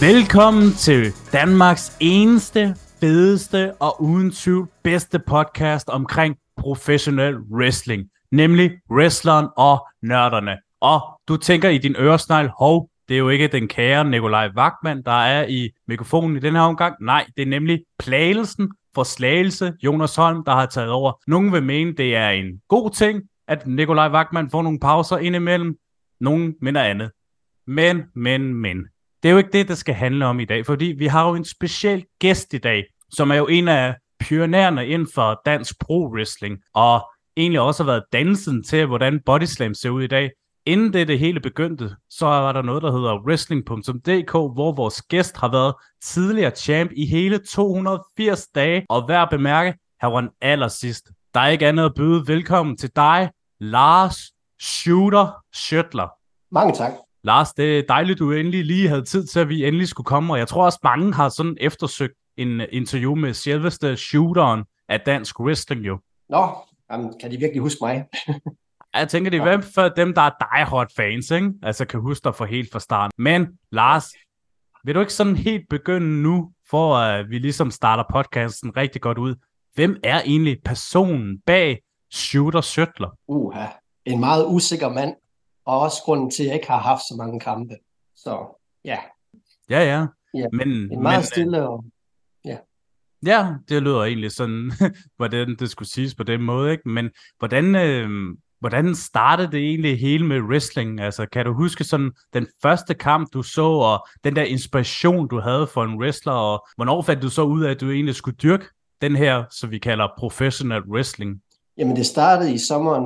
Velkommen til Danmarks eneste, fedeste og uden tvivl bedste podcast omkring professionel wrestling, nemlig Wrestleren og Nørderne. Og du tænker i din øresnegl, hov, det er jo ikke den kære Nikolaj Vagtmann, der er i mikrofonen i den her omgang. Nej, det er nemlig Plagelsen for Slagelse, Jonas Holm, der har taget over. Nogen vil mene, det er en god ting, at Nikolaj Vagtmann får nogle pauser indimellem. Nogen mener andet. Men. Det er jo ikke det skal handle om i dag, fordi vi har jo en speciel gæst i dag, som er jo en af pionererne inden for dansk pro-wrestling, og egentlig også har været dansen til, hvordan bodyslam ser ud i dag. Inden det hele begyndte, så var der noget, der hedder wrestling.dk, hvor vores gæst har været tidligere champ i hele 280 dage, og værd at bemærke, her var den allersidst. Der er ikke andet at byde. Velkommen til dig, Lars Shooter Schøttler. Mange tak. Lars, det er dejligt, du endelig lige havde tid til, at vi endelig skulle komme, og jeg tror også, mange har sådan eftersøgt en interview med selveste shooteren af dansk wrestling jo. Nå, jamen, kan de virkelig huske mig? Jeg tænker, det er hvem for dem, der er die-hard fans, ikke? Altså kan huske dig fra helt fra starten. Men Lars, vil du ikke sådan helt begynde nu, for at vi ligesom starter podcasten rigtig godt ud? Hvem er egentlig personen bag Shooter Schøttler? En meget usikker mand. Og også grunden til, at jeg ikke har haft så mange kampe. Så, ja. Ja. Men meget stille og... Ja. Ja, det lyder egentlig sådan, hvordan det skulle siges på den måde, ikke? Men hvordan startede det egentlig hele med wrestling? Altså, kan du huske sådan den første kamp, du så, og den der inspiration, du havde for en wrestler, og hvornår fandt du så ud af, at du egentlig skulle dyrke den her, så vi kalder professional wrestling? Jamen, det startede i sommeren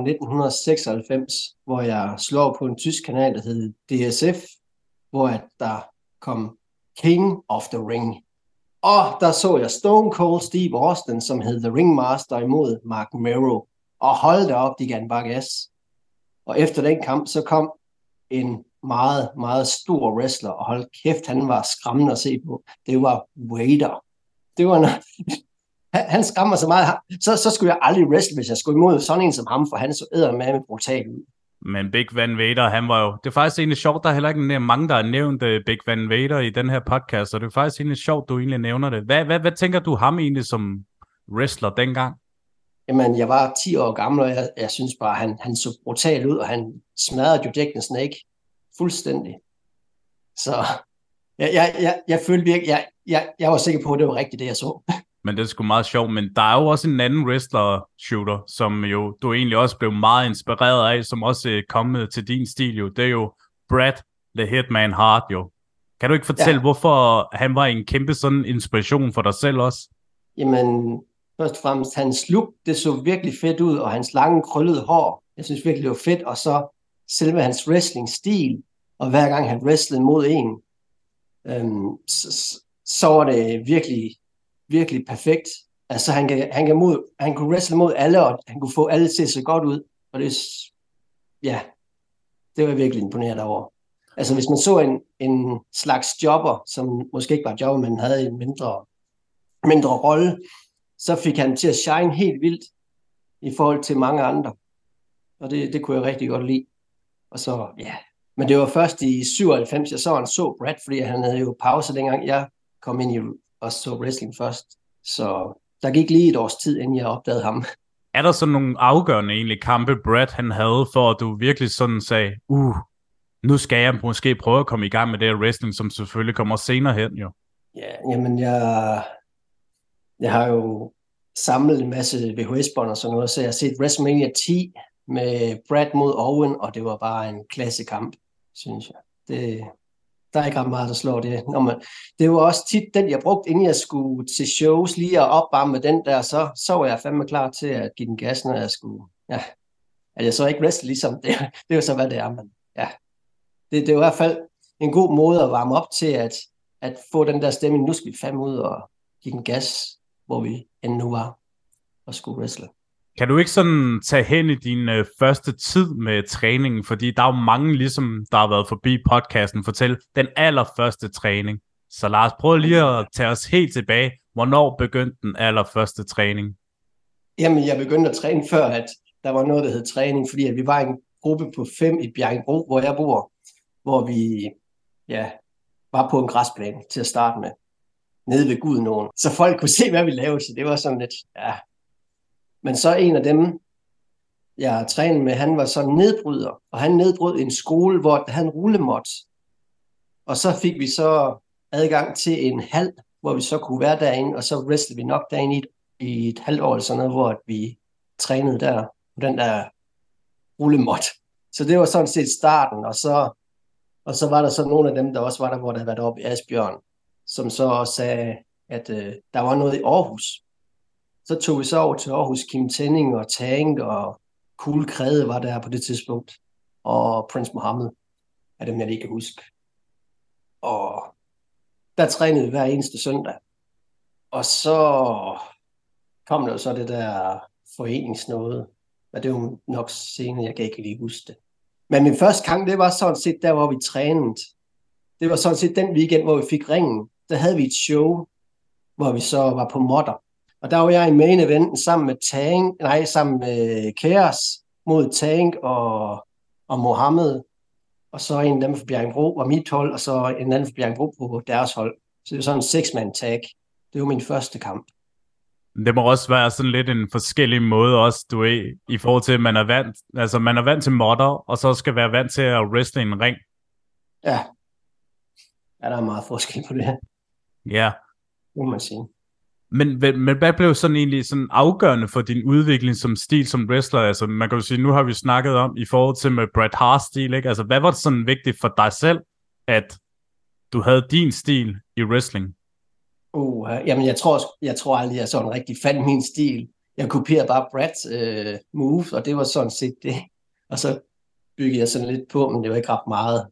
1996, hvor jeg slog på en tysk kanal, der hed DSF, hvor der kom King of the Ring. Og der så jeg Stone Cold Steve Austin, som hed The Ringmaster imod Mark Mero. Og hold da op, de gav en bare gas. Og efter den kamp, så kom en meget, meget stor wrestler, og hold kæft, han var skræmmende at se på. Det var Vader. Det var han skræmmer så meget. Så skulle jeg aldrig wrestle, hvis jeg skulle imod sådan en som ham, for han så eddermame brutal ud. Men Big Van Vader, han var jo... Det er faktisk egentlig sjovt, der er heller ikke mange, der har nævnt Big Van Vader i den her podcast, så det er faktisk egentlig sjovt, du egentlig nævner det. Hvad tænker du ham egentlig som wrestler dengang? Jamen, jeg var 10 år gammel, og jeg synes bare, han så brutal ud, og han smadrede jo Jake the Snake fuldstændig. Så jeg følte virkelig... Jeg var sikker på, at det var rigtigt, det jeg så. Men det er sgu meget sjovt, men der er jo også en anden wrestler-shooter, som jo du egentlig også blev meget inspireret af, som også er kommet til din stil jo. Det er jo Bret The Hitman Hart jo. Kan du ikke fortælle, hvorfor han var en kæmpe sådan inspiration for dig selv også? Jamen, først og fremmest, hans look, det så virkelig fedt ud, og hans lange krøllede hår, jeg synes virkelig, det var fedt, og så selve hans wrestling-stil, og hver gang han wrestlede mod en, så var det virkelig perfekt. Altså han kunne wrestle mod alle, og han kunne få alle til at se godt ud. Og det var jeg virkelig imponeret over. Altså hvis man så en slags jobber, som måske ikke var jobber, men havde en mindre rolle, så fik han til at shine helt vildt i forhold til mange andre. Og det kunne jeg rigtig godt lide. Og så, men det var først i 97, jeg så Bret, fordi han havde jo pause dengang jeg kom ind i og så wrestling først. Så der gik lige et års tid, inden jeg opdagede ham. Er der sådan nogle afgørende egentlig kampe, Bret han havde, for at du virkelig sådan sagde, nu skal jeg måske prøve at komme i gang med det her wrestling, som selvfølgelig kommer senere hen jo? Ja, jamen jeg har jo samlet en masse VHS-bånd og sådan noget, så jeg har set WrestleMania 10 med Bret mod Owen, og det var bare en klassekamp, synes jeg. Der er ikke ret meget, der slår det. Det var også tit den, jeg brugte, inden jeg skulle til shows, lige at opvarme den der, så var jeg fandme klar til at give den gas, når jeg skulle. Ja, at jeg så ikke wrestle ligesom, det er jo så, hvad det er. Men ja, det er i hvert fald en god måde at varme op til, at få den der stemning. Nu skal vi fandme ud og give den gas, hvor vi end nu var og skulle wrestle. Kan du ikke sådan tage hen i din første tid med træningen? Fordi der er jo mange, ligesom der har været forbi podcasten, fortæl den allerførste træning. Så Lars, prøv lige at tage os helt tilbage. Hvornår begyndte den allerførste træning? Jamen, jeg begyndte at træne før, at der var noget, der hed træning, fordi at vi var en gruppe på 5 i Bjerringbro, hvor jeg bor, hvor vi var på en græsplæne til at starte med, nede ved Gudenåen. Så folk kunne se, hvad vi lavede, så det var sådan lidt, ja. Men så en af dem, jeg trænede med, han var sådan nedbryder, og han nedbrød en skole, hvor han rullemot. Og så fik vi så adgang til en hal, hvor vi så kunne være derinde, og så wrestlede vi nok derinde i et halvt år eller sådan noget, hvor vi trænede der på den der rullemot. Så det var sådan set starten, og så var der så nogle af dem, der også var der, hvor der havde været oppe i Asbjørn, som så også sagde, at der var noget i Aarhus. Så tog vi så over til Aarhus, Kim Tenning og Tank og Cool Krede var der på det tidspunkt, og Prince Mohammed er dem, jeg lige kan huske. Og der trænede vi hver eneste søndag. Og så kom der jo så det der foreningsnåde, og det var nok senere, jeg kan ikke lige huske det. Men min første gang, det var sådan set der, hvor vi trænede. Det var sådan set den weekend, hvor vi fik ringen. Der havde vi et show, hvor vi så var på modder. Og der var jeg i main eventen sammen med Chaos mod Tank og Mohammed. Og så en af dem fra Bjerringbro var mit hold, og så en anden fra Bjerringbro på deres hold. Så det var sådan en 6-man tag. Det var min første kamp. Det må også være sådan lidt en forskellig måde også, du er, i forhold til, at man er vant til modder, og så skal være vant til at wrestle en ring. Ja. Ja, der er meget forskel på det her. Ja. Det må man sige. Men hvad blev sådan egentlig sådan afgørende for din udvikling som stil som wrestler? Altså man kan jo sige, nu har vi snakket om i forhold til med Bret Harts stil, ikke? Altså hvad var det sådan vigtigt for dig selv, at du havde din stil i wrestling? Jamen jeg tror aldrig, jeg sådan rigtig fandt min stil. Jeg kopierede bare Brets moves, og det var sådan set det. Og så byggede jeg sådan lidt på, men det var ikke ret meget.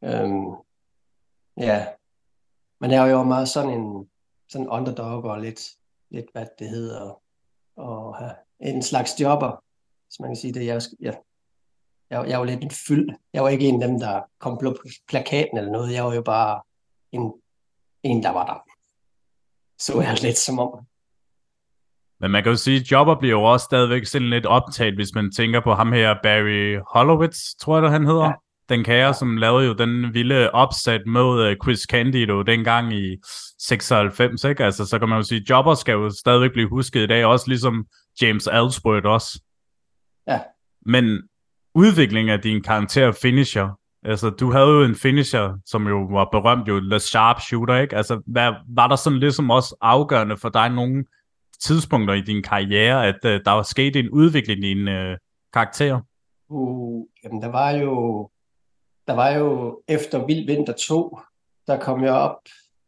Ja. Men jeg var jo meget sådan en underdog og lidt hvad det hedder, og en slags jobber, hvis man kan sige det. Jeg var lidt en fyld. Jeg var ikke en af dem, der kom på plakaten eller noget. Jeg var jo bare en der var der. Så jeg lidt som om. Men man kan jo sige, at jobber bliver jo også stadigvæk sådan lidt optaget, hvis man tænker på ham her, Barry Horowitz, tror jeg, han hedder. Ja. Den kære, som lavede jo den vilde opsat mod Chris Candido dengang i 96, ikke? Altså, så kan man jo sige, at jobber skal jo stadigvæk blive husket i dag, også ligesom James Ellsworth også. Ja. Men udviklingen af din karakter finisher, altså du havde jo en finisher, som jo var berømt, jo The Sharpshooter, ikke? Altså, var der sådan ligesom også afgørende for dig nogle tidspunkter i din karriere, at der var sket en udvikling i din karakter? Jamen, der var jo efter Vild Vinter 2, der kom jeg op,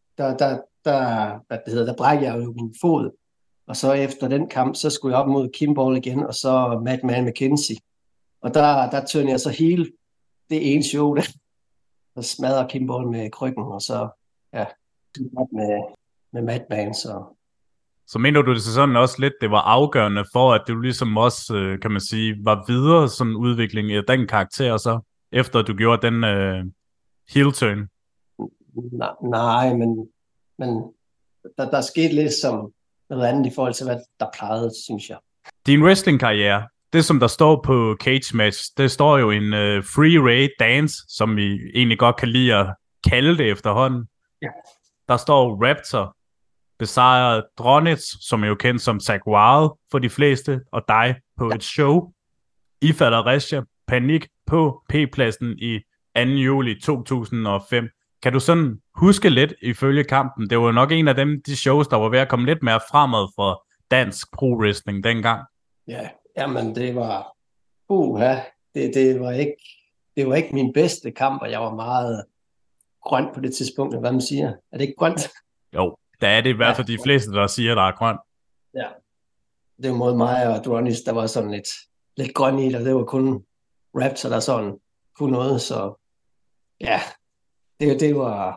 der brækkede jeg jo min fod, og så efter den kamp, så skulle jeg op mod Kimball igen, og så Madman McKenzie, og der tørnede jeg så hele det ene show, der smadrer Kimball med krykken, og så med Madman, Så mener du det sådan også lidt, det var afgørende for, at du ligesom også, kan man sige, var videre sådan en udvikling af den karakter så, efter du gjorde den heel turn? Nej, men der skete lidt som noget andet i forhold til, hvad der plejede, synes jeg. Din wrestling-karriere, det som der står på Cage Match, det står jo en Free Ray Dance, som vi egentlig godt kan lide at kalde det efterhånden. Ja. Der står Raptor, besejrede Dronitz, som er jo kendt som Zack Wild for de fleste, og dig på et show i Fredericia, Panik på P-pladsen i 2. juli 2005. Kan du sådan huske lidt ifølge kampen? Det var nok en af de shows, der var ved at komme lidt mere fremad for dansk pro-wrestling dengang. Ja, jamen det var det var ikke min bedste kamp, og jeg var meget grøn på det tidspunkt, hvad man siger. Er det ikke grønt? Jo, der er det i hvert fald de fleste, der siger, der er grønt. Ja, det var mod mig og Dronis, der var sådan lidt grøn i det, og det var kun Raptor, der sådan kunne noget, så ja, det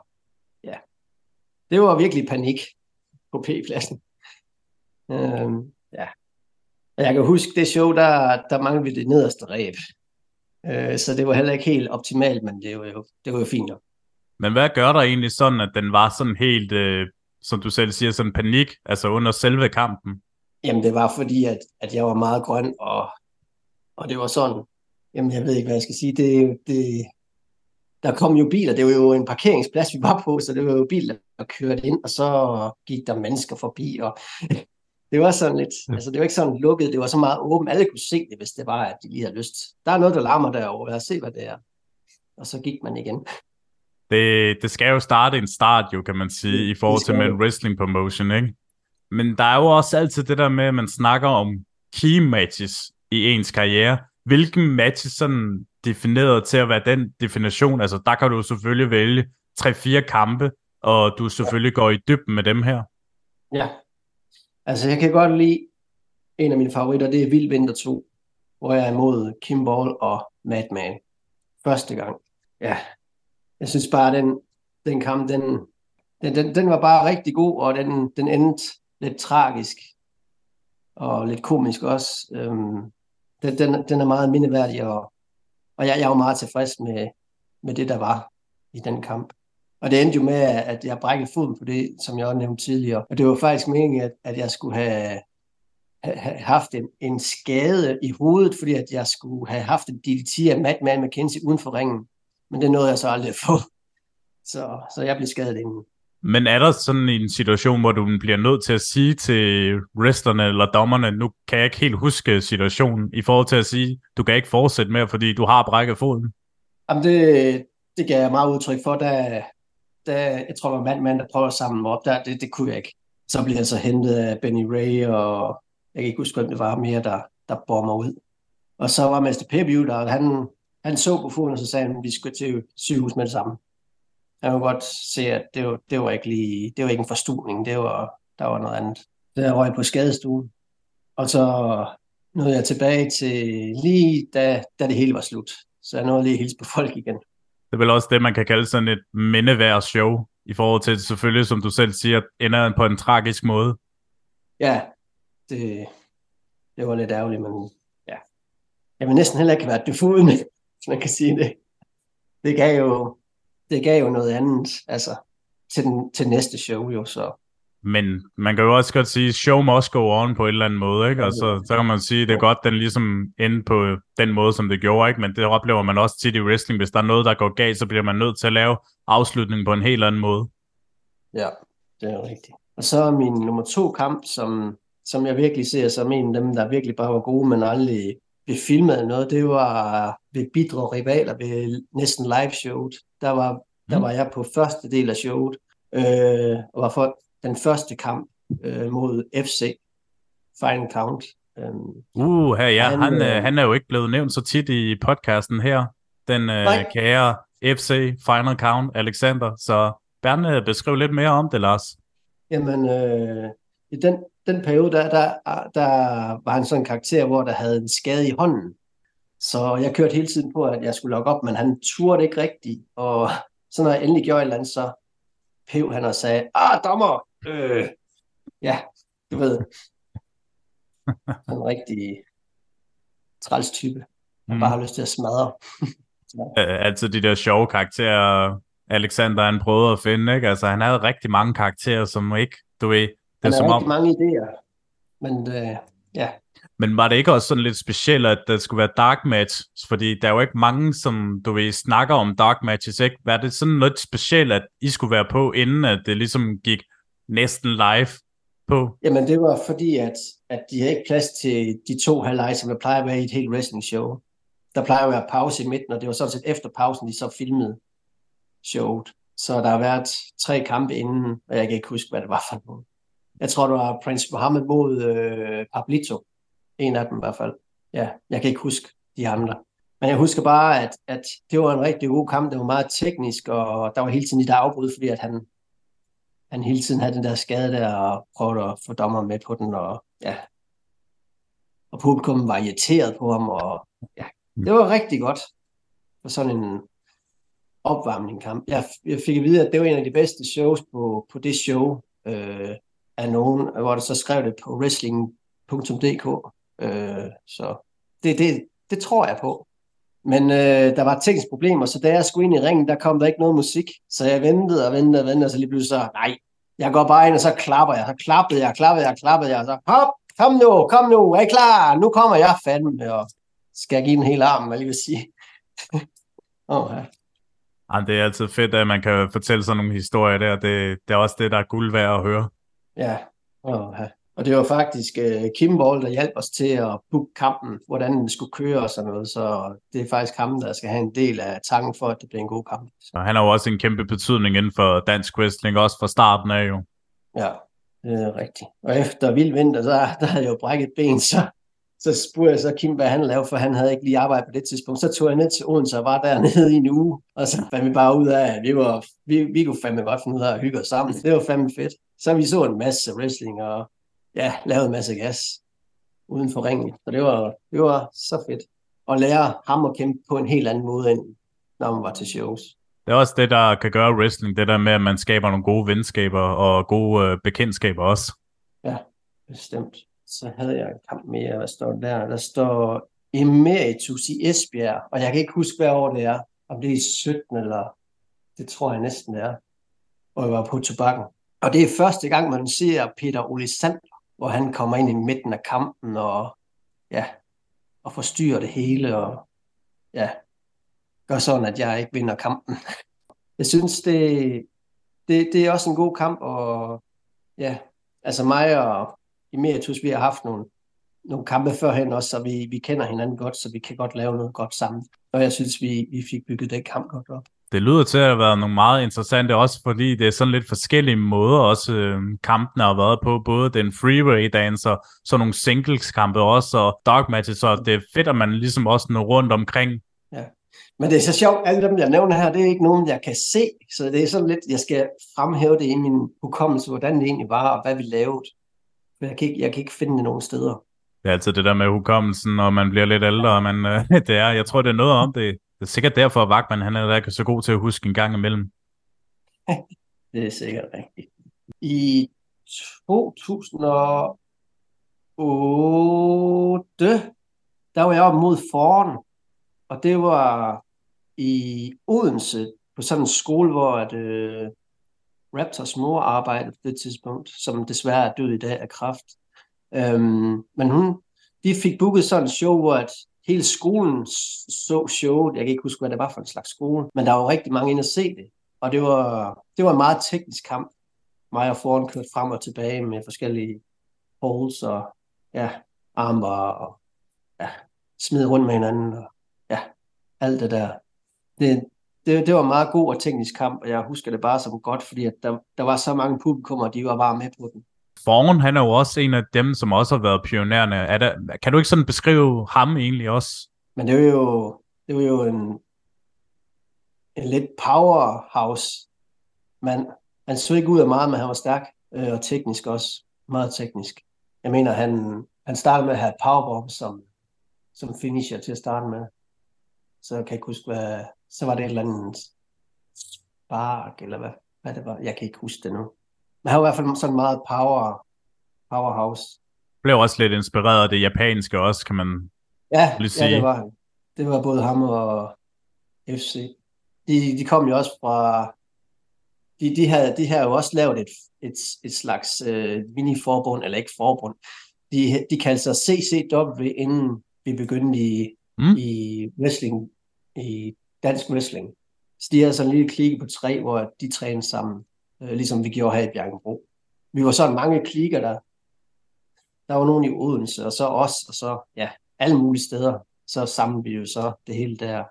var virkelig panik på P-pladsen. Ja. Jeg kan huske det show, der manglede vi det nederste reb. Så det var heller ikke helt optimalt, men det var jo fint nok. Men hvad gør der egentlig sådan, at den var sådan helt, som du selv siger, sådan panik, altså under selve kampen? Jamen det var fordi, at jeg var meget grøn, og det var sådan, jamen jeg ved ikke, hvad jeg skal sige, der kom jo biler, det var jo en parkeringsplads, vi var på, så det var jo biler, der kørte ind, og så gik der mennesker forbi, og det var sådan lidt, altså det var ikke sådan lukket, det var så meget åbent, alle kunne se det, hvis det var, at de lige havde lyst. Der er noget, der larmer derovre, lad os se, hvad det er. Og så gik man igen. Det skal jo starte en start, jo, kan man sige, i forhold til med en wrestling promotion, ikke? Men der er jo også altid det der med, at man snakker om key matches i ens karriere. Hvilken matches sådan defineret til at være den definition? Altså, der kan du selvfølgelig vælge 3-4 kampe, og du selvfølgelig går i dybden med dem her. Ja, altså jeg kan godt lide en af mine favoritter, det er Vild Vinter 2, hvor jeg er imod Kim Ball og Madman. Første gang. Ja, jeg synes bare, den kamp, den var bare rigtig god, og den endte lidt tragisk og lidt komisk også. Den er meget mindeværdig, og jeg var meget tilfreds med det, der var i den kamp. Og det endte jo med, at jeg brækkede foden på det, som jeg også nævnte tidligere. Og det var faktisk meningen, at jeg skulle have haft en skade i hovedet, fordi at jeg skulle have haft en DDT af Madman McKenzie uden for ringen. Men det nåede jeg så aldrig at få. Så jeg blev skadet inden. Men er der sådan en situation, hvor du bliver nødt til at sige til wrestlerne eller dommerne, nu kan jeg ikke helt huske situationen, i forhold til at sige, du kan ikke fortsætte mere, fordi du har brækket foden? Jamen det gav jeg meget udtryk for, da jeg tror, det var Madman, der prøvede at samle mig op der. Det kunne jeg ikke. Så blev jeg så hentet af Benny Ray, og jeg kan ikke huske, hvem det var mere, der bar mig ud. Og så var Mester Pay-Per-View der, og han så på foden, og så sagde han, at vi skulle til sygehus med det samme. Jeg kunne godt se, at det var ikke en forstuning, der var noget andet. Så jeg røg på skadestuen, og så nåede jeg tilbage til lige da det hele var slut. Så jeg nåede lige at hilse på folk igen. Det er vel også det, man kan kalde sådan et mindeværd show, i forhold til selvfølgelig, som du selv siger, ender på en tragisk måde. Ja, det var lidt ærgerligt, men ja. Jeg vil næsten heller ikke være døfuden, hvis man kan sige det. Det gav jo noget andet, altså til næste show jo, så. Men man kan jo også godt sige, show must go on på en eller anden måde, ikke? Altså, så kan man sige, det er godt, den ligesom endte på den måde, som det gjorde, ikke? Men det oplever man også tit i wrestling. Hvis der er noget, der går galt, så bliver man nødt til at lave afslutningen på en helt anden måde. Ja, det er rigtigt. Og så min nummer 2 kamp, som jeg virkelig ser som en af dem, der virkelig bare var gode, men aldrig blev filmet eller noget, det var ved Bitre Rivaler ved næsten live showet. Der var jeg på første del af showet, og var for den første kamp mod FC Final Count. Han er jo ikke blevet nævnt så tit i podcasten her, den kære FC Final Count Alexander, så Berne, beskriv lidt mere om det, Lars. Jamen, i den periode, der var han sådan en karakter, hvor der havde en skade i hånden. Så jeg kørte hele tiden på, at jeg skulle logge op, men han turde ikke rigtigt. Og så når jeg endelig gjorde et eller andet, så pev han og sagde, dommer! Ja, du ved. En rigtig træls type. Jeg bare har lyst til at smadre. Altså de der sjove karakterer, Alexander han prøvede at finde, ikke? Altså han havde rigtig mange karakterer, som ikke, du ved... Han havde rigtig mange idéer, men ja. Men var det ikke også sådan lidt specielt, at der skulle være dark match? Fordi der er jo ikke mange, som du ved, snakker om dark matches, ikke? Var det sådan noget specielt, at I skulle være på, inden at det ligesom gik næsten live på? Jamen det var fordi, at de havde ikke plads til de 2 halvleje, som der plejer at være i et helt wrestling show. Der plejer at være pause i midten, og det var sådan set efter pausen, de så filmede showet. Så der har været 3 kampe inden, og jeg kan ikke huske, hvad det var for noget. Jeg tror, det var Prince Mohammed mod Pablito. En af dem i hvert fald. Ja, jeg kan ikke huske de andre. Men jeg husker bare, at det var en rigtig god kamp. Det var meget teknisk, og der var hele tiden de der afbrud, fordi at han hele tiden havde den der skade der, og prøvede at få dommer med på den, og ja. Og publikum var irriteret på ham, og ja, det var rigtig godt for sådan en opvarmning-kamp. Jeg fik at vide, at det var en af de bedste shows på det show af nogen, hvor der så skrev det på wrestling.dk. Så det tror jeg på. Men der var tekniske problemer, så da jeg skulle ind i ringen, der kom der ikke noget musik. Så jeg ventede, og så lige pludselig så, nej, jeg går bare ind, og så klapper jeg. Så klappede jeg, og så, hop, kom nu, er I klar? Nu kommer jeg fandme, og skal jeg give den hele armen, hvad jeg lige vil sige. Ja. Jamen, det er altid fedt, at man kan fortælle sådan nogle historier der. Det er også det, der er guld værd at høre. Ja, og det var faktisk Kimball, der hjalp os til at booke kampen, hvordan den skulle køre og sådan noget, så det er faktisk ham, der skal have en del af tanken for, at det bliver en god kamp. Og han har jo også en kæmpe betydning inden for dansk wrestling, også fra starten af jo. Ja, det er rigtigt. Og efter vild vinter, der havde jeg jo brækket ben, så spurgte jeg så Kim, hvad han lavede, for han havde ikke lige arbejdet på det tidspunkt. Så tog jeg ned til Odense og var dernede i en uge, og så fandt vi bare ud af, at vi kunne fandme godt finde ud af at hygge os sammen. Det var fandme fedt. Så vi så en masse wrestling og ja, lavede en masse gas uden for ringen. Så det var så fedt at lære ham at kæmpe på en helt anden måde, end når man var til shows. Det er også det, der kan gøre wrestling, det der med, at man skaber nogle gode venskaber og gode bekendtskaber også. Ja, bestemt. Så havde jeg en kamp mere. Hvad står der? Der står Emeritus i Esbjerg, og jeg kan ikke huske, hvad år det er. Om det er i 17 eller... Det tror jeg næsten det er. Og jeg var på Tobakken. Og det er første gang, man ser Peter Olisander, hvor han kommer ind i midten af kampen og forstyrrer det hele og ja, gør sådan, at jeg ikke vinder kampen. Jeg synes, det er også en god kamp, og ja, altså mig og Emeritus, vi har haft nogle kampe førhen også, så vi kender hinanden godt, så vi kan godt lave noget godt sammen. Og jeg synes, vi fik bygget den kamp godt op. Det lyder til at være nogle meget interessante, også fordi det er sådan lidt forskellige måder, også kampene har været på, både den freeway dancer, så nogle singles kampe også, og dark matches, så det er fedt, at man ligesom også når rundt omkring. Ja, men det er så sjovt, alle dem, jeg nævner her, det er ikke nogen, jeg kan se, så det er sådan lidt, jeg skal fremhæve det i min hukommelse, hvordan det egentlig var, og hvad vi lavede. For jeg kan ikke finde det nogen steder. Det er altid det der med hukommelsen, når man bliver lidt ældre, men jeg tror, det er noget om det. Det er sikkert derfor, at Vagtman, han er ikke så god til at huske en gang imellem. Det er sikkert rigtigt. I 2008, der var jeg oppe mod Foran, og det var i Odense, på sådan en skole, hvor Raptors mor arbejdede på det tidspunkt, som desværre er død i dag af kræft. Men de fik booket sådan en show, hvor at hele skolen så showet. Jeg kan ikke huske, hvad det var for en slags skole, men der var rigtig mange inde at se det. Og det var en meget teknisk kamp. Mig og Foran kørte frem og tilbage med forskellige holds og ja, armbar og ja, smide rundt med hinanden og ja, alt det der. Det var en meget god og teknisk kamp, og jeg husker det bare som godt, fordi at der var så mange publikummer, og de var bare med på den. Foran, han er jo også en af dem, som også har været pionerende. Kan du ikke sådan beskrive ham egentlig også? Men det var jo en lidt powerhouse mand. Han så ikke ud af meget, men han var stærk og teknisk også. Meget teknisk. Jeg mener, han startede med at have powerbomb som finisher til at starte med. Så jeg kan ikke huske, så var det et eller andet spark, eller hvad det var. Jeg kan ikke huske det nu. Men han var i hvert fald sådan meget powerhouse. Blev også lidt inspireret af det japanske også, kan man sige. Ja, det var han. Det var både ham og FC. De kom jo også fra... De havde jo også lavet et slags mini-forbund, eller ikke forbund. De kaldte sig CCW, inden vi begyndte i wrestling, i dansk wrestling. Så de havde sådan en lille klike på 3, hvor de trænede sammen, ligesom vi gjorde her i Bjergenbro. Vi var sådan mange klikker, der var nogen i Odense, og så os, og så ja, alle mulige steder. Så samlede vi jo så det hele der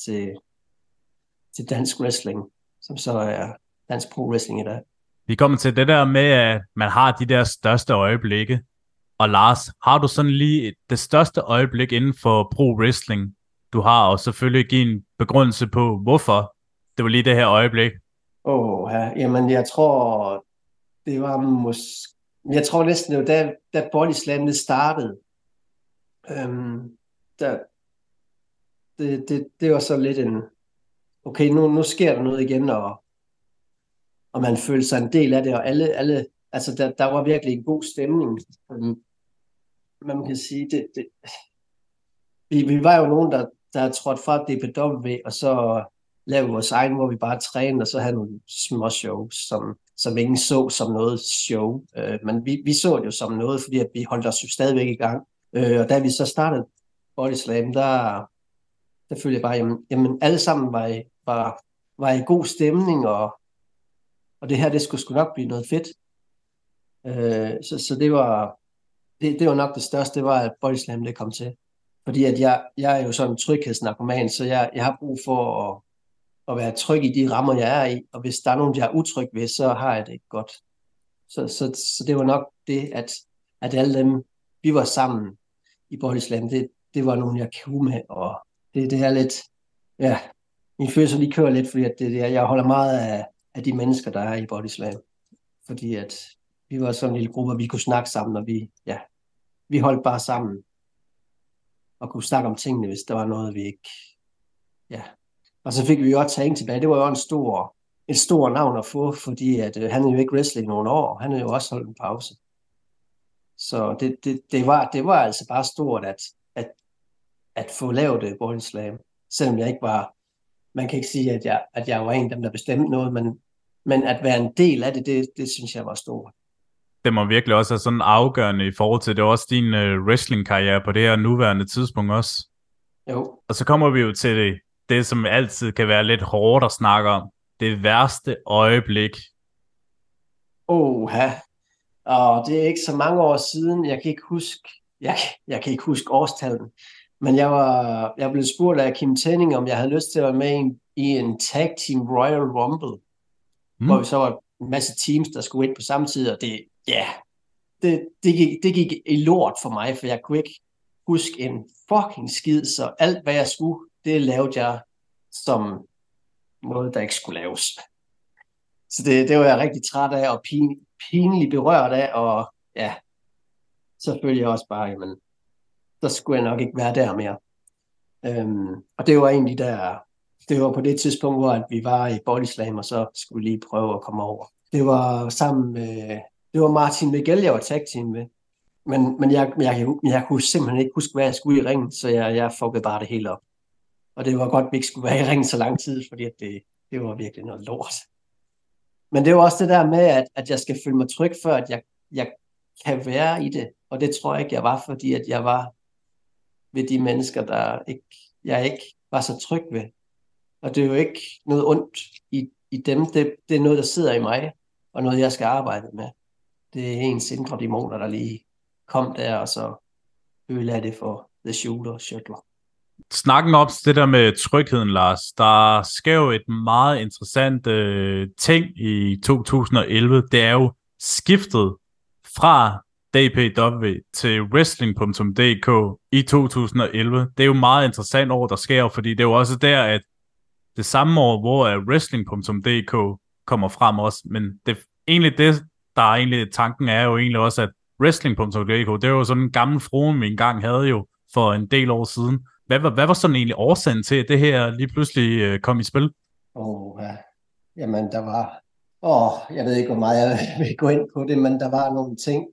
til dansk wrestling, som så er dansk pro wrestling i dag. Vi kommer til det der med, at man har de der største øjeblikke. Og Lars, har du sådan lige det største øjeblik inden for pro wrestling, du har, og selvfølgelig give en begrundelse på, hvorfor det var lige det her øjeblik? Jamen jeg tror, det var jeg tror næsten, det var da Body Slam startede. Det var så lidt en, okay, nu sker der noget igen, og man følte sig en del af det, og alle altså der var virkelig en god stemning. Man kan sige, vi var jo nogen, der trådte fra DPW, og så lavede vores egen, hvor vi bare trænede, og så havde nogle små shows, som ingen så som noget show. Men vi så det jo som noget, fordi at vi holdt os jo stadigvæk i gang. Og da vi så startede Body Slam, der følte jeg bare, jamen alle sammen var var i god stemning, og det her, det skulle sgu nok blive noget fedt. Så det var nok det største, det var, at Body Slam det kom til. Fordi at jeg er jo sådan en tryghedsnarkoman, så jeg har brug for at være tryg i de rammer, jeg er i. Og hvis der er nogen, jeg er utryg ved, så har jeg det ikke godt. Så det var nok det, at alle dem, vi var sammen i Body Slam, det var nogen, jeg kunne med. Og det er lidt, ja, min følelse lige kører lidt, fordi at jeg holder meget af de mennesker, der er i Body Slam. Fordi at vi var sådan en lille gruppe, og vi kunne snakke sammen, og vi holdt bare sammen og kunne snakke om tingene, hvis der var noget, vi ikke... Ja. Og så fik vi jo også Tang tilbage. Det var jo en stor navn at få, fordi at, han er jo ikke wrestling nogle år. Han er jo også holdt en pause. Så det var altså bare stort at få lavet det Body Slam. Selvom jeg ikke var... Man kan ikke sige, at jeg var en af dem, der bestemte noget, men at være en del af det synes jeg var stort. Det må virkelig også være sådan afgørende i forhold til, det er også din wrestling-karriere på det her nuværende tidspunkt også. Jo. Og så kommer vi jo til det, som altid kan være lidt hårdt at snakke om. Det værste øjeblik. Og det er ikke så mange år siden. Jeg kan ikke huske årstallet. Men jeg blev spurgt af Kim Tenning, om jeg havde lyst til at være med i en tag team Royal Rumble, hvor vi så var en masse teams, der skulle ind på samme tid, og det gik i lort for mig, for jeg kunne ikke huske en fucking skid, så alt hvad jeg skulle, det lavede jeg som noget, der ikke skulle laves. Så det var jeg rigtig træt af, og pinligt berørt af, og ja, så følte jeg også bare, jamen, så skulle jeg nok ikke være der mere. Og det var egentlig det var på det tidspunkt, hvor vi var i Body Slam, og så skulle vi lige prøve at komme over. Det var sammen med, det var Martin Miguel, jeg var tag team med. Men jeg kunne simpelthen ikke huske, hvad jeg skulle i ringen, så jeg fuckede bare det hele op. Og det var godt, at vi ikke skulle være i ringen så lang tid, fordi det var virkelig noget lort. Men det var også det der med, at jeg skal føle mig tryg, før at jeg kan være i det. Og det tror jeg ikke, jeg var, fordi at jeg var ved de mennesker, jeg ikke var så tryg ved. Og det er jo ikke noget ondt i dem. Det er noget, der sidder i mig, og noget, jeg skal arbejde med. Det er ens indre dæmoner, der lige kom der, og så ødelagde det for The Shuttler. Snakken op det der med trygheden, Lars. Der sker jo et meget interessant ting i 2011. Det er jo skiftet fra DPW til wrestling.dk i 2011. Det er jo meget interessant år, der sker, fordi det er jo også der, at det samme år, hvor wrestling.dk kommer frem også, men det der er egentlig tanken er jo egentlig også, at wrestling.dk, det er jo sådan en gammel frue, vi engang havde jo for en del år siden. Hvad var sådan egentlig årsagen til, at det her lige pludselig kom i spil? Ja. Jamen, der var... jeg ved ikke, hvor meget jeg vil gå ind på det, men der var nogle ting,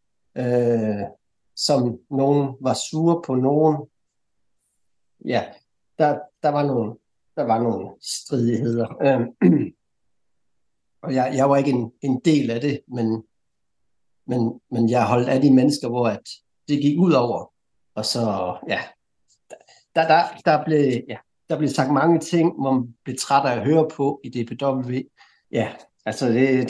som nogen var sure på nogen. Ja, der var nogle stridigheder. Og jeg var ikke en del af det, men jeg holdt af de mennesker, hvor at det gik ud over. Og så, ja, der blev sagt mange ting, hvor man blev træt af at høre på i DPW. Ja, altså det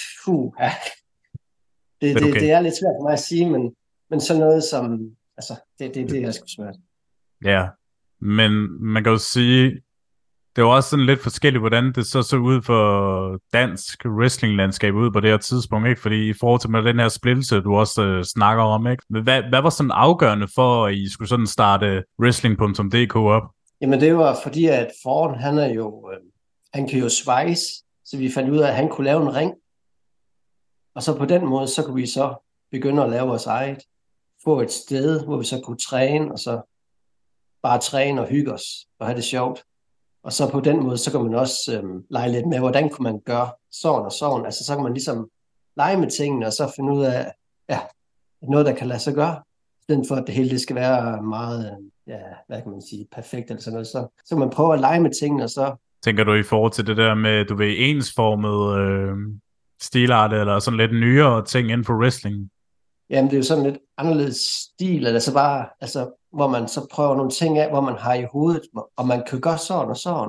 er lidt svært for mig at sige, men sådan noget som, altså det er sgu svært. Ja, men man kan jo sige, det var også sådan lidt forskelligt, hvordan det så ud for dansk wrestling-landskab ud på det her tidspunkt, ikke? Fordi i forhold til med den her splittelse, du også snakker om, ikke? Men hvad var sådan afgørende for, at I skulle sådan starte wrestling.dk op? Jamen det var fordi, at Ford, han kan jo svejse, så vi fandt ud af, at han kunne lave en ring. Og så på den måde, så kunne vi så begynde at lave vores eget. Få et sted, hvor vi så kunne træne, og så bare træne og hygge os og have det sjovt. Og så på den måde, så kan man også lege lidt med, hvordan kunne man gøre sådan og sådan. Altså så kan man ligesom lege med tingene, og så finde ud af, noget, der kan lade sig gøre. I stedet for, at det hele det skal være meget, hvad kan man sige, perfekt eller sådan noget. Så kan man prøve at lege med tingene, og så... Tænker du i forhold til det der med, du ved, ensformet stilart, eller sådan lidt nyere ting inden for wrestling? Jamen, det er jo sådan lidt anderledes stil, eller så bare, altså, hvor man så prøver nogle ting af, hvor man har i hovedet, og man kan gøre sådan og sådan.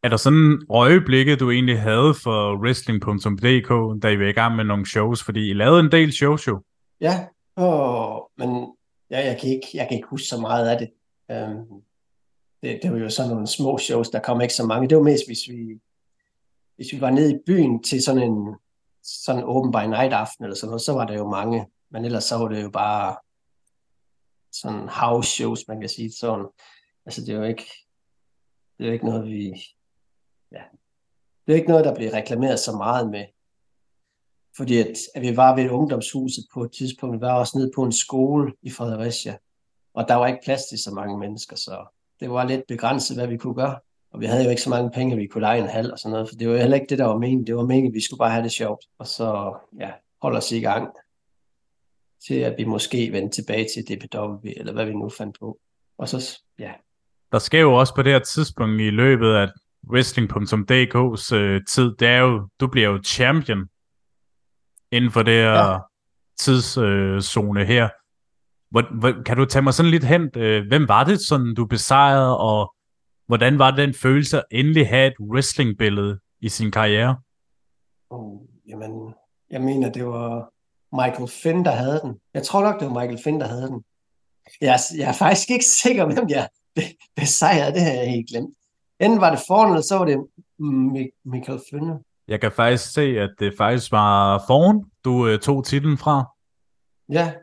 Er der sådan øjeblikke, du egentlig havde for wrestling.dk, da I var i gang med nogle shows? Fordi I lavede en del shows jo. Ja, men ja, jeg kan ikke huske så meget af det. Øhm, det var jo sådan nogle små shows, der kom ikke så mange. Det var mest, hvis vi var nede i byen til sådan open by night aften eller sådan noget, så var der jo mange. Men ellers så var det jo bare sådan house shows, man kan sige sådan. Altså det er jo ikke noget, ja, det er jo ikke noget, der bliver reklameret så meget med. Fordi at vi var ved ungdomshuset på et tidspunkt, vi var også nede på en skole i Fredericia, og der var ikke plads til så mange mennesker, så det var lidt begrænset, hvad vi kunne gøre. Og vi havde jo ikke så mange penge, at vi kunne lege en hal og sådan noget, for det var heller ikke det, der var meningen. Det var meningen, at vi skulle bare have det sjovt, og så holde os i gang til, at vi måske vendte tilbage til DPW, eller hvad vi nu fandt på. Og så, Der sker jo også på det her tidspunkt i løbet af wrestling.dk's tid, det er jo, du bliver jo champion inden for det her tidszone her. Kan du tage mig sådan lidt hen, hvem var det, sådan du besejrede, og hvordan var den følelse at endelig have et wrestlingbillede i sin karriere? Jamen, jeg mener, det var Michael Finn, der havde den. Jeg tror nok, det var Michael Finn, der havde den. Jeg er faktisk ikke sikker, hvem jeg besejrede. Det har jeg helt glemt. Enten var det foran, eller så var det Michael Finn. Jeg kan faktisk se, at det faktisk var foran, du tog titlen fra. Ja.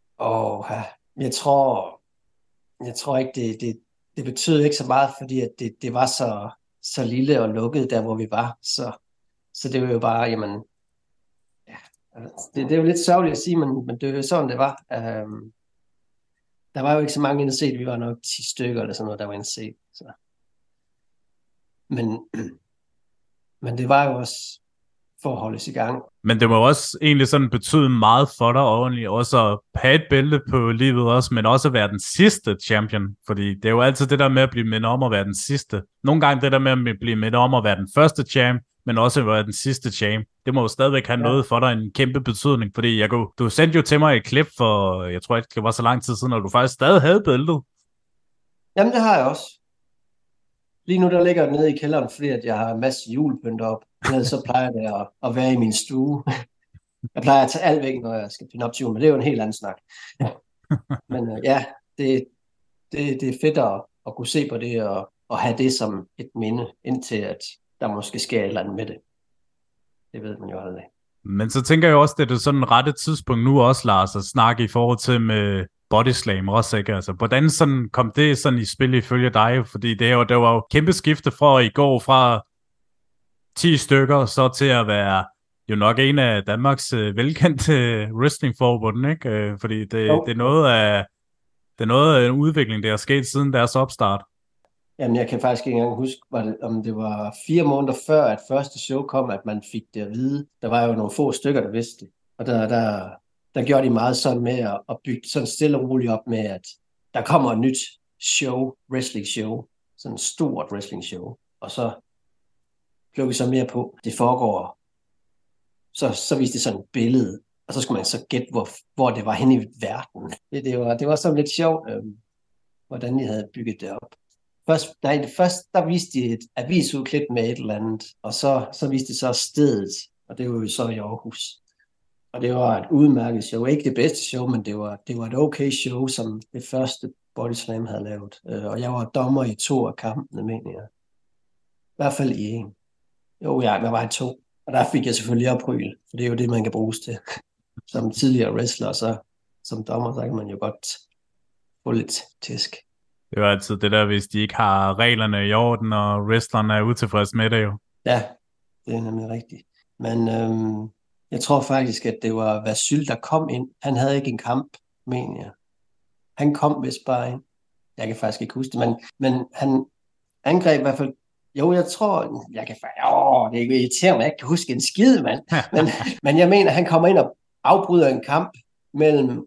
Jeg tror ikke, det betød ikke så meget, fordi at det var så lille og lukket der, hvor vi var. Så det var jo bare, jamen, ja, det er jo lidt sørgeligt at sige, men det er jo sådan, det var. Der var jo ikke så mange inde at se, vi var nok 10 stykker eller sådan noget, der var inde at se. Så. Men det var jo også for at holde os i gang. Men det må også egentlig sådan betyde meget for dig ordentligt, også at have et bælte på livet også, men også at være den sidste champion, fordi det er jo altid det der med at blive mindet om at være den sidste. Nogle gange det der med at blive mindet om at være den første champ, men også at være den sidste champ. Det må jo stadigvæk have noget for dig, en kæmpe betydning, fordi du sendte jo til mig et klip for, jeg tror ikke det var så lang tid siden, og du faktisk stadig havde bæltet. Jamen det har jeg også. Lige nu der ligger jeg nede i kælderen, fordi at jeg har en masse julepynt op. Så plejer det at være i min stue. Jeg plejer at tage alt væk, når jeg skal pinde op til jul, men det er jo en helt anden snak. Men det er fedt at kunne se på det og have det som et minde, indtil at der måske sker et eller andet med det. Det ved man jo aldrig. Men så tænker jeg også, det er det sådan rette tidspunkt nu også, Lars, at snakke i forhold til med Bodyslam også, ikke? Altså, hvordan sådan kom det sådan i spil ifølge dig? Fordi det var jo kæmpe skifte fra i går fra 10 stykker så til at være jo nok en af Danmarks velkendte wrestlingforbund, ikke? Fordi det er noget af en udvikling, der er sket siden deres opstart. Jamen, jeg kan faktisk ikke engang huske, om det var 4 måneder før, at første show kom, at man fik det at vide. Der var jo nogle få stykker, der vidste det. Og der gjorde de meget sådan med at bygge sådan stille og roligt op med, at der kommer et nyt show, wrestling show, sådan et stort wrestling show. Og så plukkede så mere på, det foregår. Så viste det sådan et billede, og så skulle man så gætte, hvor det var henne i verden. Det var sådan lidt sjovt, hvordan de havde bygget det op. Først der viste de et avisudklip med et eller andet, og så viste de så stedet, og det var jo så i Aarhus. Og det var et udmærket show. Ikke det bedste show, men det var et okay show, som det første Bodyslam havde lavet. Og jeg var dommer i 2 af kampene, mener jeg. I hvert fald i 1. Jo, jeg var i 2. Og der fik jeg selvfølgelig opryl, for det er jo det, man kan bruges til. Som tidligere wrestler, så som dommer, så kan man jo godt få lidt tæsk. Det er jo altid det der, hvis de ikke har reglerne i orden, og wrestlerne er utilfredse med det jo. Ja, det er nemlig rigtigt. Men jeg tror faktisk, at det var Vasyl, der kom ind. Han havde ikke en kamp, mener jeg. Han kom vist bare ind. Jeg kan faktisk ikke huske det, men han angreb i hvert fald. Jo, jeg tror, det irriterer mig, jeg kan huske en skid, mand. Men jeg mener, han kommer ind og afbryder en kamp mellem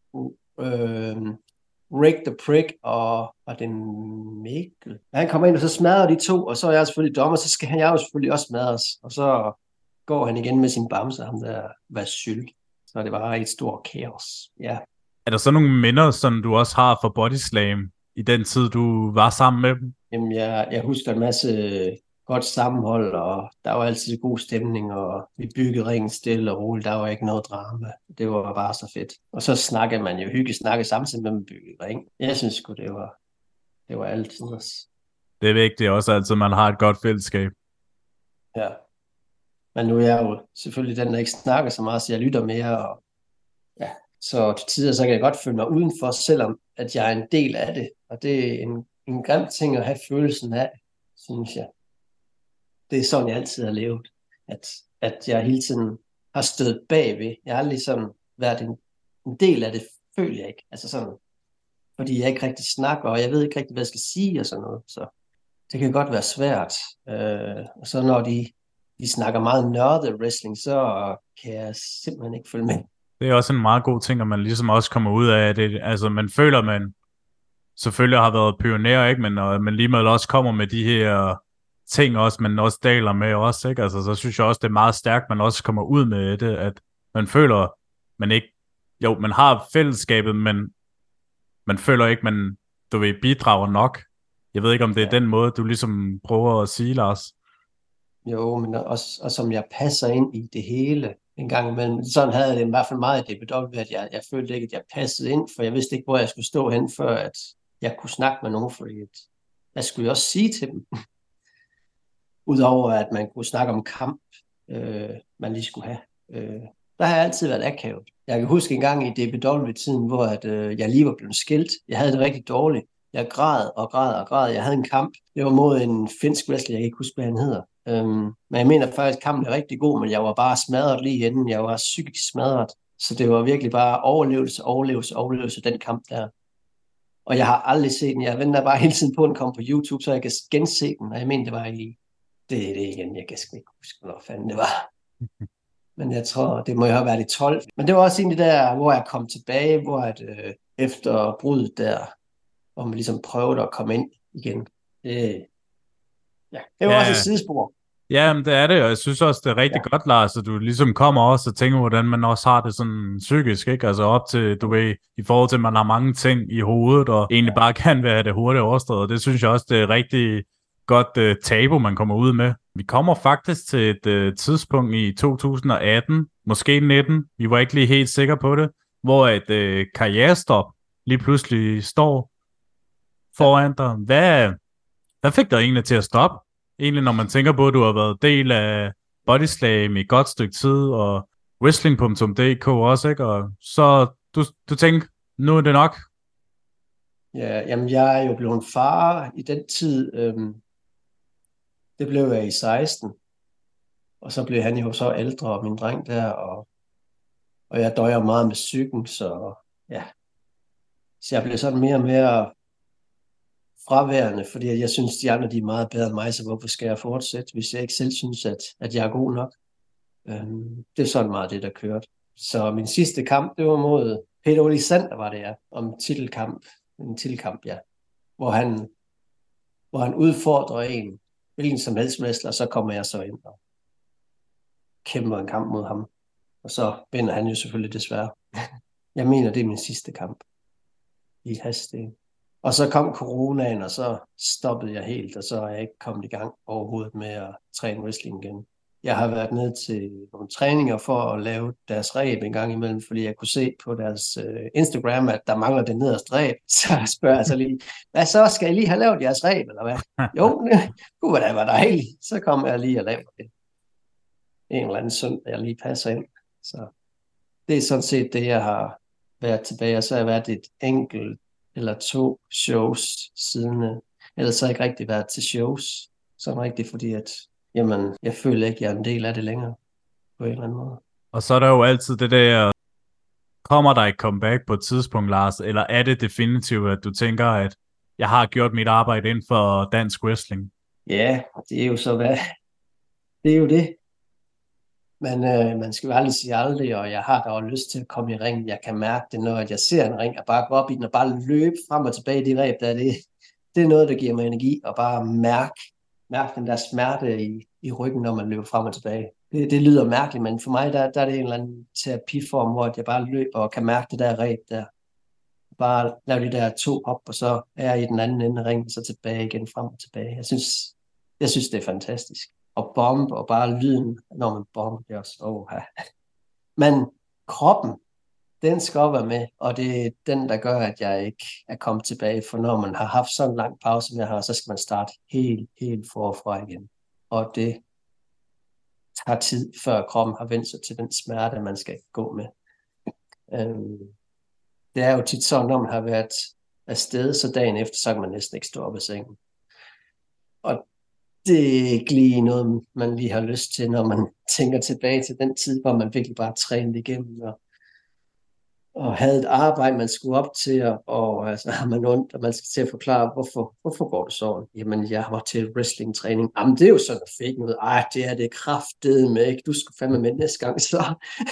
Rick the Prick og var det Mikkel? Han kommer ind, og så smadrer de 2, og så er jeg selvfølgelig dommer, så skal jeg jo selvfølgelig også smadres. Og så går han igen med sin bamse, ham der Vasyl. Så det var et stort kaos. Ja. Er der så nogle minder, som du også har for Bodyslam i den tid, du var sammen med dem? Jamen, jeg husker en masse godt sammenhold, og der var altid god stemning, og vi byggede ringen stille og roligt. Der var ikke noget drama. Det var bare så fedt. Og så snakkede man jo snakkede samtidig med, at man byggede ring. Jeg synes sgu, det var altid. Det er vigtigt også altid, at man har et godt fællesskab. Ja. Men nu er jeg jo selvfølgelig den, der ikke snakker så meget, så jeg lytter mere, og ja, så til tider så kan jeg godt føle mig udenfor, selvom at jeg er en del af det. Og det er en grim ting at have følelsen af, synes jeg. Det er sådan, jeg altid har levet. At jeg hele tiden har stået bagved. Jeg har aldrig sådan været en del af det, føler jeg ikke. Altså sådan, fordi jeg ikke rigtig snakker, og jeg ved ikke rigtig, hvad jeg skal sige og sådan noget. Så det kan godt være svært. Og så når de snakker meget nørdet wrestling, så kan jeg simpelthen ikke følge med. Det er også en meget god ting, at man ligesom også kommer ud af det. Altså, man føler, man selvfølgelig har været pioner, ikke? Men når man lige med også kommer med de her ting også, man også deler med os, ikke? Altså, så synes jeg også, det er meget stærkt, man også kommer ud med det, at man føler, man ikke, jo, man har fællesskabet, men man føler ikke, man, du ved, bidrager nok. Jeg ved ikke, om det er den måde, du ligesom prøver at sige, Lars. Jo, men også og som jeg passer ind i det hele en gang imellem. Sådan havde jeg det i hvert fald meget i DBW, at jeg følte ikke, at jeg passede ind, for jeg vidste ikke, hvor jeg skulle stå hen, før at jeg kunne snakke med nogen, fordi jeg skulle jo også sige til dem, udover at man kunne snakke om kamp, man lige skulle have. Der har jeg altid været akavet. Jeg kan huske en gang i DBW-tiden, hvor jeg lige var blevet skilt. Jeg havde det rigtig dårligt. Jeg græd og græd og græd. Jeg havde en kamp. Det var mod en finsk wrestler, jeg kan ikke huske, hvad han hedder. Men jeg mener faktisk, at kampen er rigtig god, men jeg var bare smadret lige inden. Jeg var psykisk smadret. Så det var virkelig bare overlevelse, den kamp der. Og jeg har aldrig set den. Jeg venter bare hele tiden på, at den kommer på YouTube, så jeg kan gense den. Og jeg mener, det var i... Det er det igen. Jeg kan ikke huske, hvor fanden det var. Men jeg tror, det må jo have været i 12. Men det var også egentlig der, hvor jeg kom tilbage, hvor at, efter bruddet der, hvor man ligesom prøvede at komme ind igen. Det var også et sidespor. Ja, men det er det, og jeg synes også, det er rigtig godt, Lars, at du ligesom kommer også og tænker, hvordan man også har det sådan psykisk, ikke? Altså op til, du ved, i forhold til, at man har mange ting i hovedet, og egentlig bare kan være det hurtigt overstået. Det synes jeg også, det er rigtig godt tabu, man kommer ud med. Vi kommer faktisk til et tidspunkt i 2018, måske 19, vi var ikke lige helt sikre på det, hvor et karrierestop lige pludselig står foran dig. Hvad fik dig egentlig til at stoppe? Egentlig, når man tænker på, at du har været del af Bodyslam i et godt stykke tid, og wrestling.dk også, ikke? Og så du tænkte, nu er det nok? Ja, jamen jeg er jo blevet far i den tid. Det blev jeg i 16. Og så blev han jo så ældre, og min dreng der, og jeg døjer meget med psyken, så ja. Så jeg blev sådan mere og mere fraværende, fordi jeg synes, de andre de er meget bedre end mig, så hvorfor skal jeg fortsætte, hvis jeg ikke selv synes, at jeg er god nok? Det er sådan meget det, der kørte. Så min sidste kamp, det var mod Peter Olisander, var det ja, om titelkamp. En titelkamp, ja. Hvor han udfordrer en, hvilken som helst wrestler, så kommer jeg så ind og kæmper en kamp mod ham. Og så vinder han jo selvfølgelig desværre. Jeg mener, det er min sidste kamp i Hadsten. Og så kom coronaen, og så stoppede jeg helt, og så er jeg ikke kommet i gang overhovedet med at træne wrestling igen. Jeg har været ned til nogle træninger for at lave deres ræb en gang imellem, fordi jeg kunne se på deres Instagram, at der mangler det nederste ræb. Så spørger jeg så lige, hvad så, skal I lige have lavet jeres ræb, eller hvad? Jo, gud, hvad det var dejligt. Så kom jeg lige og lavede det. En eller anden søndag, jeg lige passer ind. Så det er sådan set det, jeg har været tilbage, og så har jeg været et enkelt eller 2 shows siden. Ellers har jeg ikke rigtig været til shows. Sådan rigtigt, fordi at, jamen, jeg føler ikke, at jeg er en del af det længere. På en eller anden måde. Og så er der jo altid det der, kommer der et comeback på et tidspunkt, Lars? Eller er det definitivt, at du tænker, at jeg har gjort mit arbejde inden for dansk wrestling? Ja, det er jo så hvad. Det er jo det. Men man skal jo aldrig sige aldrig, og jeg har da også lyst til at komme i ringen. Jeg kan mærke det, når jeg ser en ring, og bare gå op i den, og bare løbe frem og tilbage i de ræb, der det er noget, der giver mig energi, og bare mærke den der smerte i ryggen, når man løber frem og tilbage. Det lyder mærkeligt, men for mig, der er det en eller anden terapiform, hvor jeg bare løber og kan mærke det der ræb der. Bare lave de der 2 hop, og så er jeg i den anden ende af ringen, og så tilbage igen, frem og tilbage. Jeg synes, Jeg synes, det er fantastisk. Og bombe, og bare lyden, når man bomber, det er også, Men kroppen, den skal op være med, og det er den, der gør, at jeg ikke er kommet tilbage. For når man har haft sådan en lang pause, som jeg har, så skal man starte helt forfra igen. Og det tager tid, før kroppen har vendt sig til den smerte, man skal gå med. Det er jo tit sådan, når man har været afsted, så dagen efter, så kan man næsten ikke stå op af sengen. Og det er ikke lige noget, man lige har lyst til, når man tænker tilbage til den tid, hvor man virkelig bare trænede igennem, og havde et arbejde, man skulle op til, og altså, har man ondt, og man skal til at forklare, hvorfor går du så? Jamen, jeg var til wrestling-træning. Jamen, det er jo sådan fake noget. Det er det kraftedeme ikke. Du skal fandme med næste gang, så.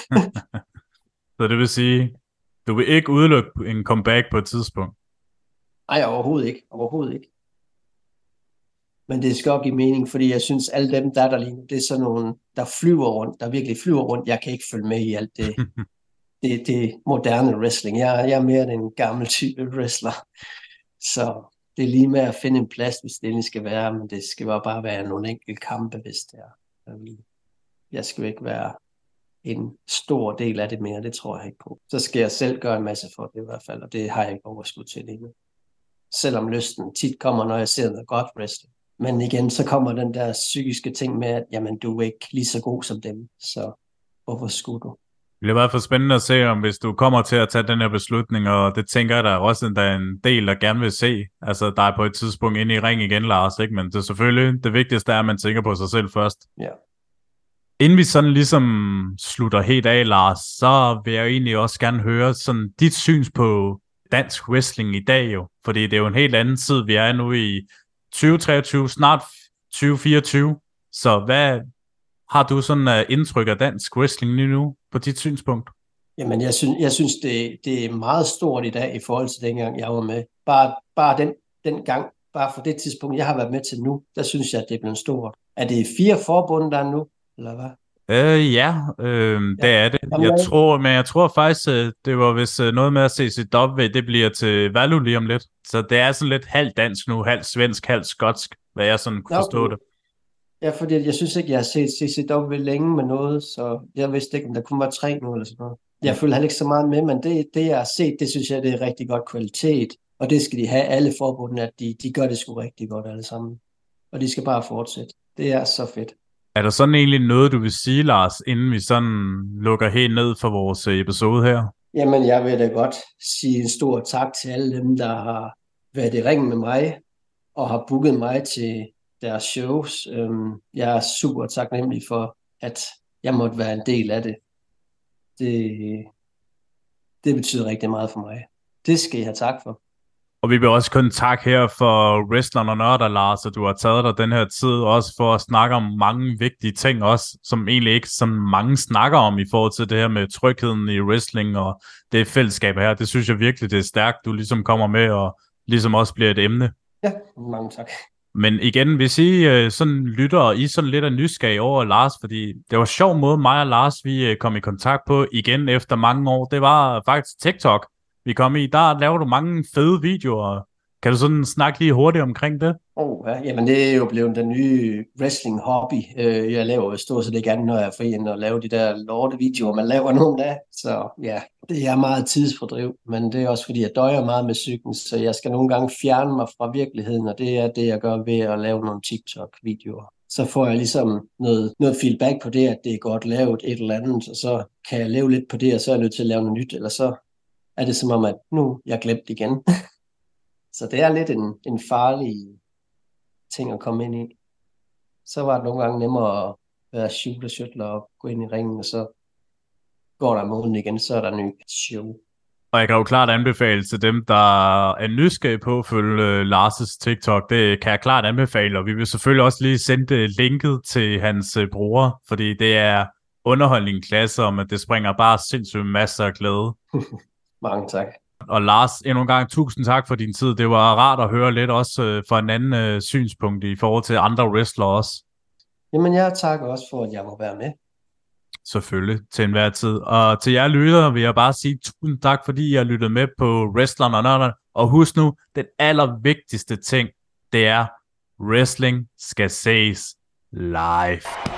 Så det vil sige, du vil ikke udelukke en comeback på et tidspunkt? Nej, overhovedet ikke. Men det skal også give mening, fordi jeg synes, alle dem, der lige nu, det er sådan nogle, der virkelig flyver rundt. Jeg kan ikke følge med i alt det. Det moderne wrestling. Jeg er mere den gamle type wrestler. Så det er lige med at finde en plads, hvis det skal være, men det skal bare være nogle enkelte kampe, hvis det er. Jeg skal jo ikke være en stor del af det mere, det tror jeg ikke på. Så skal jeg selv gøre en masse for det i hvert fald, og det har jeg ikke overskud til lige nu. Selvom lysten tit kommer, når jeg ser noget godt wrestling. Men igen, så kommer den der psykiske ting med, at jamen, du er ikke lige så god som dem, så hvorfor skulle du? Det bliver i hvert fald spændende at se, om hvis du kommer til at tage den her beslutning, og det tænker jeg, der er også der er en del, der gerne vil se. Altså, der er på et tidspunkt inde i ring igen, Lars, ikke? Men det er selvfølgelig det vigtigste er, at man tænker på sig selv først. Ja. Inden vi sådan ligesom slutter helt af, Lars, så vil jeg egentlig også gerne høre sådan dit syns på dansk wrestling i dag jo. Fordi det er jo en helt anden tid, vi er nu i 2023, snart 2024. Så hvad har du sådan indtryk af dansk wrestling lige nu på dit synspunkt? Jamen, jeg synes det er meget stort i dag i forhold til dengang, jeg var med. Bare den gang, bare for det tidspunkt, jeg har været med til nu, der synes jeg, at det er blevet stort. Er det 4 forbund, der er nu, eller hvad? Det er det. Jeg tror faktisk, det var hvis noget med at CCW, det bliver til Value lige om lidt. Så det er sådan lidt halvt dansk nu, halvt svensk, halvt skotsk, hvad jeg sådan kunne forstå det. Ja, fordi jeg synes ikke, jeg har set CCW længe med noget, så jeg vidste ikke, om der kun var 3 nu eller sådan noget. Jeg følger heller ikke så meget med, men det jeg har set, det synes jeg, det er rigtig godt kvalitet. Og det skal de have, alle forbundene, at de gør det sgu rigtig godt alle sammen. Og de skal bare fortsætte. Det er så fedt. Er der sådan egentlig noget, du vil sige, Lars, inden vi sådan lukker helt ned for vores episode her? Jamen, jeg vil da godt sige en stor tak til alle dem, der har været i ringen med mig, og har booket mig til deres shows. Jeg er super taknemmelig for, at jeg måtte være en del af det. Det betyder rigtig meget for mig. Det skal I have tak for. Og vi vil også kun tak her for wrestleren og nørder, Lars, at du har taget dig den her tid, også for at snakke om mange vigtige ting også, som egentlig ikke så mange snakker om i forhold til det her med trygheden i wrestling og det fællesskab her. Det synes jeg virkelig, det er stærkt, du ligesom kommer med og ligesom også bliver et emne. Ja, mange tak. Men igen, hvis I sådan lytter, og I sådan lidt er nysgerrige over Lars, fordi det var sjov måde, mig og Lars, vi kom i kontakt på igen efter mange år, det var faktisk TikTok. Vi kom i, der laver du mange fede videoer. Kan du sådan snakke lige hurtigt omkring det? Ja, jamen det er jo blevet den nye wrestling hobby. Jeg laver jo stort set ikke andet, når jeg er fri, end at lave de der lorte videoer, man laver nogle af. Så ja, det er meget tidsfordriv, men det er også fordi, jeg døjer meget med psyken, så jeg skal nogle gange fjerne mig fra virkeligheden, og det er det, jeg gør ved at lave nogle TikTok-videoer. Så får jeg ligesom noget feedback på det, at det er godt lavet et eller andet, og så kan jeg lave lidt på det, og så er jeg nødt til at lave noget nyt, eller så er det som om, at nu jeg glemt igen. Så det er lidt en farlig ting at komme ind i. Så var det nogle gange nemmere at være shooter og gå ind i ringen, og så går der måden igen, så er der ny show. Og jeg kan jo klart anbefale til dem, der er nysgerrige på at følge Lars' TikTok. Det kan jeg klart anbefale, og vi vil selvfølgelig også lige sende linket til hans bror, fordi det er underholdning klasse om, at det springer bare sindssygt masser af glæde. Mange tak. Og Lars, endnu en gang tusind tak for din tid. Det var rart at høre lidt også fra en anden synspunkt i forhold til andre wrestlere også. Jamen jeg takker også for, at jeg må være med. Selvfølgelig, til enhver tid. Og til jer lyttere vil jeg bare sige tusind tak, fordi I har lyttet med på Wrestleren og Nørderne. Og husk nu, den allervigtigste ting, det er, wrestling skal ses live.